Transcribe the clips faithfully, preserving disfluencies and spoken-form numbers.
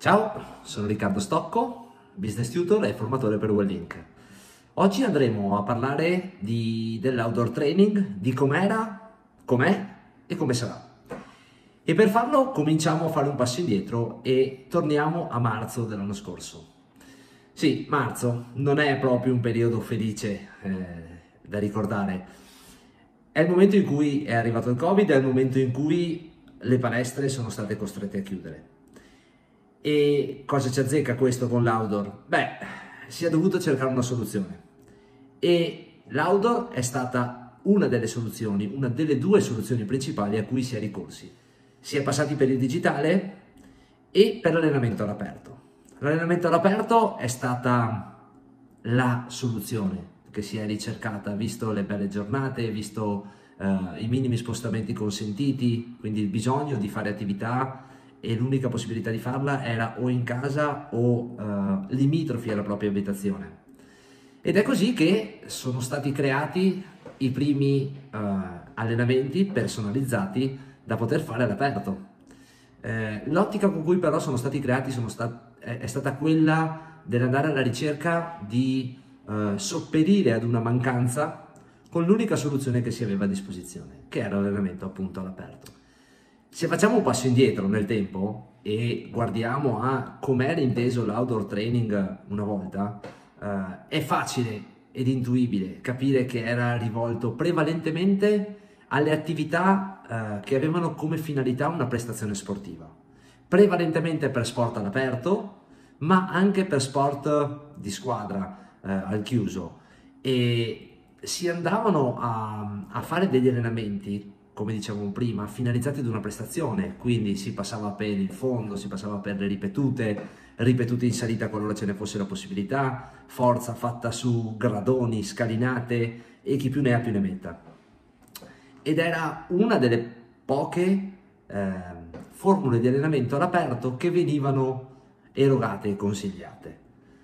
Ciao, sono Riccardo Stocco, business tutor e formatore per Wellink. Oggi andremo a parlare di, dell'outdoor training, di com'era, com'è e come sarà. E per farlo cominciamo a fare un passo indietro e torniamo a marzo dell'anno scorso. Sì, marzo non è proprio un periodo felice eh, da ricordare. È il momento in cui è arrivato il Covid, è il momento in cui le palestre sono state costrette a chiudere. E cosa ci azzecca questo con l'outdoor? Beh, si è dovuto cercare una soluzione e l'outdoor è stata una delle soluzioni, una delle due soluzioni principali a cui si è ricorsi. Si è passati per il digitale e per l'allenamento all'aperto. L'allenamento all'aperto è stata la soluzione che si è ricercata, visto le belle giornate, visto eh, i minimi spostamenti consentiti, quindi il bisogno di fare attività e l'unica possibilità di farla era o in casa o eh, limitrofi alla propria abitazione. Ed è così che sono stati creati i primi eh, allenamenti personalizzati da poter fare all'aperto. Eh, l'ottica con cui però sono stati creati sono stat- è, è stata quella dell'andare alla ricerca di eh, sopperire ad una mancanza con l'unica soluzione che si aveva a disposizione, che era l'allenamento appunto all'aperto. Se facciamo un passo indietro nel tempo e guardiamo a com'era inteso l'outdoor training una volta, eh, è facile ed intuibile capire che era rivolto prevalentemente alle attività eh, che avevano come finalità una prestazione sportiva, prevalentemente per sport all'aperto, ma anche per sport di squadra eh, al chiuso, e si andavano a, a fare degli allenamenti, come dicevamo prima, finalizzati ad una prestazione, quindi si passava per il fondo, si passava per le ripetute, ripetute in salita qualora ce ne fosse la possibilità, forza fatta su gradoni, scalinate e chi più ne ha più ne metta. Ed era una delle poche eh, formule di allenamento all'aperto che venivano erogate e consigliate.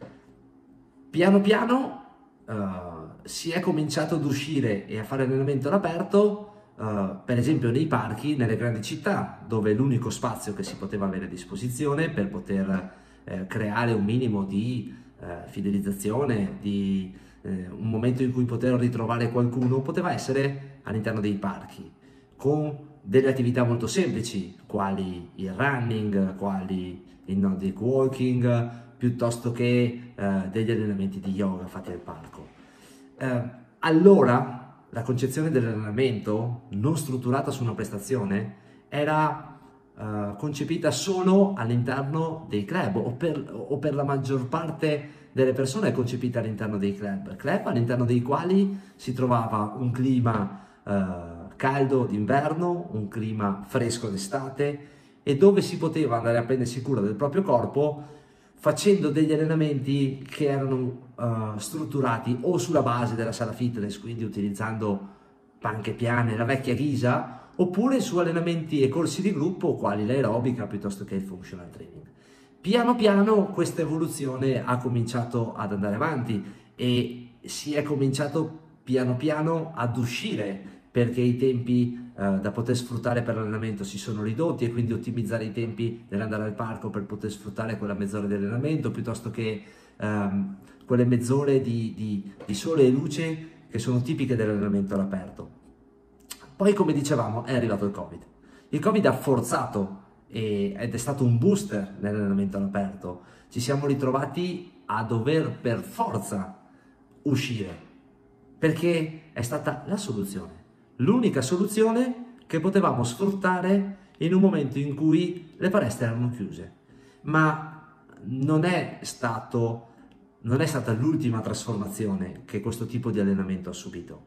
Piano piano uh, si è cominciato ad uscire e a fare allenamento all'aperto, uh, per esempio nei parchi, nelle grandi città, dove l'unico spazio che si poteva avere a disposizione per poter eh, creare un minimo di eh, fidelizzazione, di eh, un momento in cui poter ritrovare qualcuno, poteva essere all'interno dei parchi, con delle attività molto semplici, quali il running, quali il Nordic walking, piuttosto che eh, degli allenamenti di yoga fatti al parco. Eh, allora la concezione dell'allenamento non strutturata su una prestazione era eh, concepita solo all'interno dei club, o per, o per la maggior parte delle persone è concepita all'interno dei club, club all'interno dei quali si trovava un clima eh, caldo d'inverno, un clima fresco d'estate, e dove si poteva andare a prendersi cura del proprio corpo facendo degli allenamenti che erano uh, strutturati o sulla base della sala fitness, quindi utilizzando panche piane, la vecchia ghisa, oppure su allenamenti e corsi di gruppo quali l'aerobica piuttosto che il functional training. Piano piano questa evoluzione ha cominciato ad andare avanti e si è cominciato piano piano ad uscire, perché i tempi eh, da poter sfruttare per l'allenamento si sono ridotti, e quindi ottimizzare i tempi nell'andare al parco per poter sfruttare quella mezz'ora di allenamento piuttosto che ehm, quelle mezz'ore di, di, di sole e luce che sono tipiche dell'allenamento all'aperto. Poi, come dicevamo, è arrivato il Covid. Il Covid ha forzato e, ed è stato un booster nell'allenamento all'aperto. Ci siamo ritrovati a dover per forza uscire, perché è stata la soluzione. L'unica soluzione che potevamo sfruttare in un momento in cui le palestre erano chiuse. Ma non è stato, non è stata l'ultima trasformazione che questo tipo di allenamento ha subito.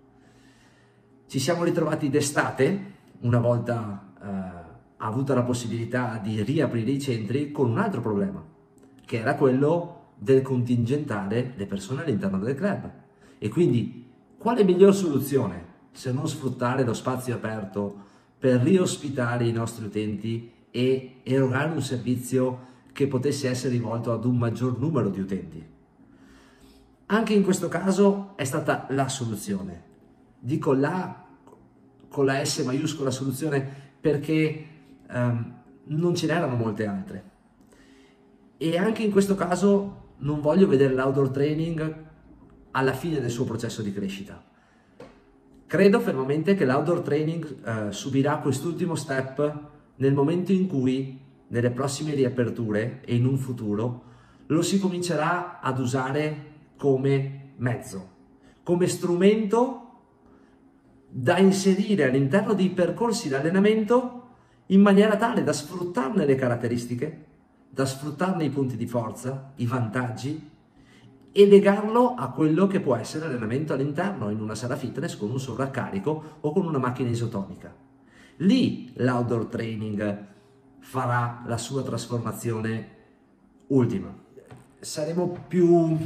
Ci siamo ritrovati d'estate, una volta eh, avuta la possibilità di riaprire i centri, con un altro problema, che era quello del contingentare le persone all'interno del club. E quindi, quale miglior soluzione se non sfruttare lo spazio aperto per riospitare i nostri utenti e erogare un servizio che potesse essere rivolto ad un maggior numero di utenti? Anche in questo caso è stata la soluzione. Dico la con la S maiuscola soluzione perché um, non ce n'erano molte altre. E anche in questo caso non voglio vedere l'outdoor training alla fine del suo processo di crescita. Credo fermamente che l'outdoor training eh, subirà quest'ultimo step nel momento in cui, nelle prossime riaperture e in un futuro, lo si comincerà ad usare come mezzo, come strumento da inserire all'interno dei percorsi di allenamento in maniera tale da sfruttarne le caratteristiche, da sfruttarne i punti di forza, i vantaggi, e legarlo a quello che può essere l'allenamento all'interno in una sala fitness con un sovraccarico o con una macchina isotonica. Lì l'outdoor training farà la sua trasformazione ultima. Saremo più, uh,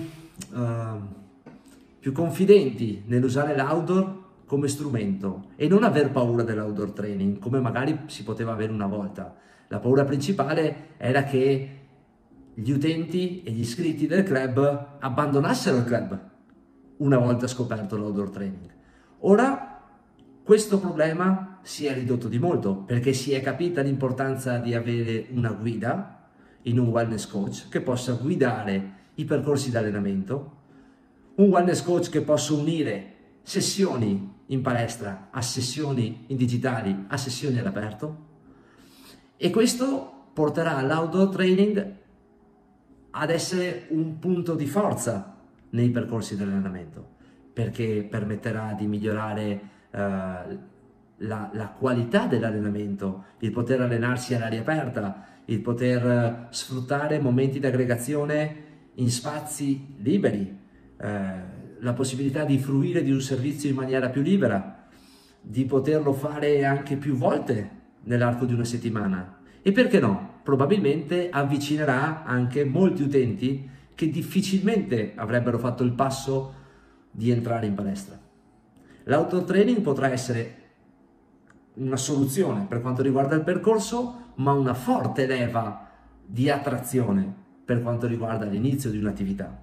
più confidenti nell'usare l'outdoor come strumento e non aver paura dell'outdoor training come magari si poteva avere una volta. La paura principale era che gli utenti e gli iscritti del club abbandonassero il club una volta scoperto l'outdoor training. Ora questo problema si è ridotto di molto perché si è capita l'importanza di avere una guida in un wellness coach che possa guidare i percorsi di allenamento, un wellness coach che possa unire sessioni in palestra a sessioni in digitali a sessioni all'aperto, e questo porterà l'outdoor training ad essere un punto di forza nei percorsi di allenamento, perché permetterà di migliorare uh, la, la qualità dell'allenamento, il poter allenarsi all'aria aperta, il poter uh, sfruttare momenti di aggregazione in spazi liberi, uh, la possibilità di fruire di un servizio in maniera più libera, di poterlo fare anche più volte nell'arco di una settimana. E perché no? Probabilmente avvicinerà anche molti utenti che difficilmente avrebbero fatto il passo di entrare in palestra. L'outdoor training potrà essere una soluzione per quanto riguarda il percorso, ma una forte leva di attrazione per quanto riguarda l'inizio di un'attività.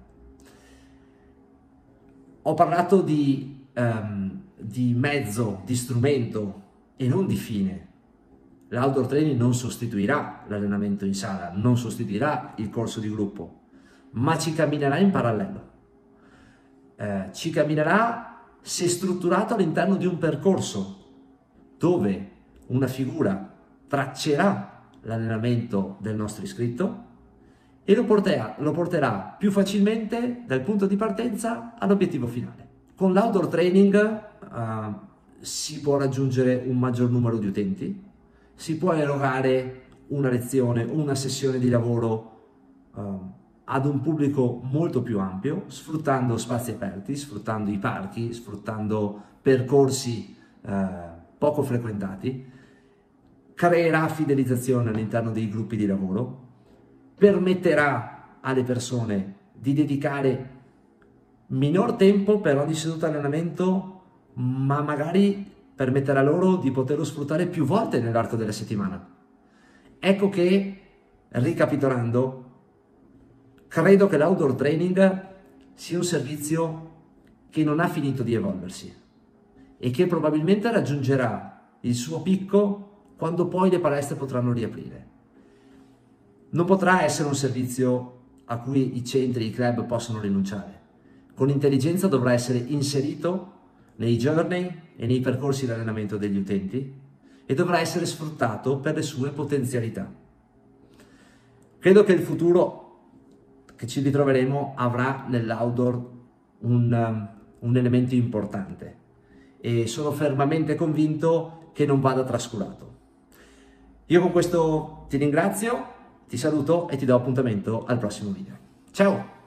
Ho parlato di, um, di mezzo, di strumento e non di fine. L'outdoor training non sostituirà l'allenamento in sala, non sostituirà il corso di gruppo, ma ci camminerà in parallelo. Eh, ci camminerà se strutturato all'interno di un percorso dove una figura traccerà l'allenamento del nostro iscritto e lo porterà, lo porterà più facilmente dal punto di partenza all'obiettivo finale. Con l'outdoor training eh, si può raggiungere un maggior numero di utenti, si può erogare una lezione o una sessione di lavoro uh, ad un pubblico molto più ampio, sfruttando spazi aperti, sfruttando i parchi, sfruttando percorsi uh, poco frequentati, creerà fidelizzazione all'interno dei gruppi di lavoro, permetterà alle persone di dedicare minor tempo per ogni seduta di allenamento, ma magari permetterà loro di poterlo sfruttare più volte nell'arco della settimana. Ecco che, ricapitolando, credo che l'outdoor training sia un servizio che non ha finito di evolversi e che probabilmente raggiungerà il suo picco quando poi le palestre potranno riaprire. Non potrà essere un servizio a cui i centri, i club possono rinunciare. Con intelligenza dovrà essere inserito nei journey e nei percorsi di allenamento degli utenti e dovrà essere sfruttato per le sue potenzialità. Credo che il futuro che ci ritroveremo avrà nell'outdoor un, un elemento importante e sono fermamente convinto che non vada trascurato. Io con questo ti ringrazio, ti saluto e ti do appuntamento al prossimo video. Ciao!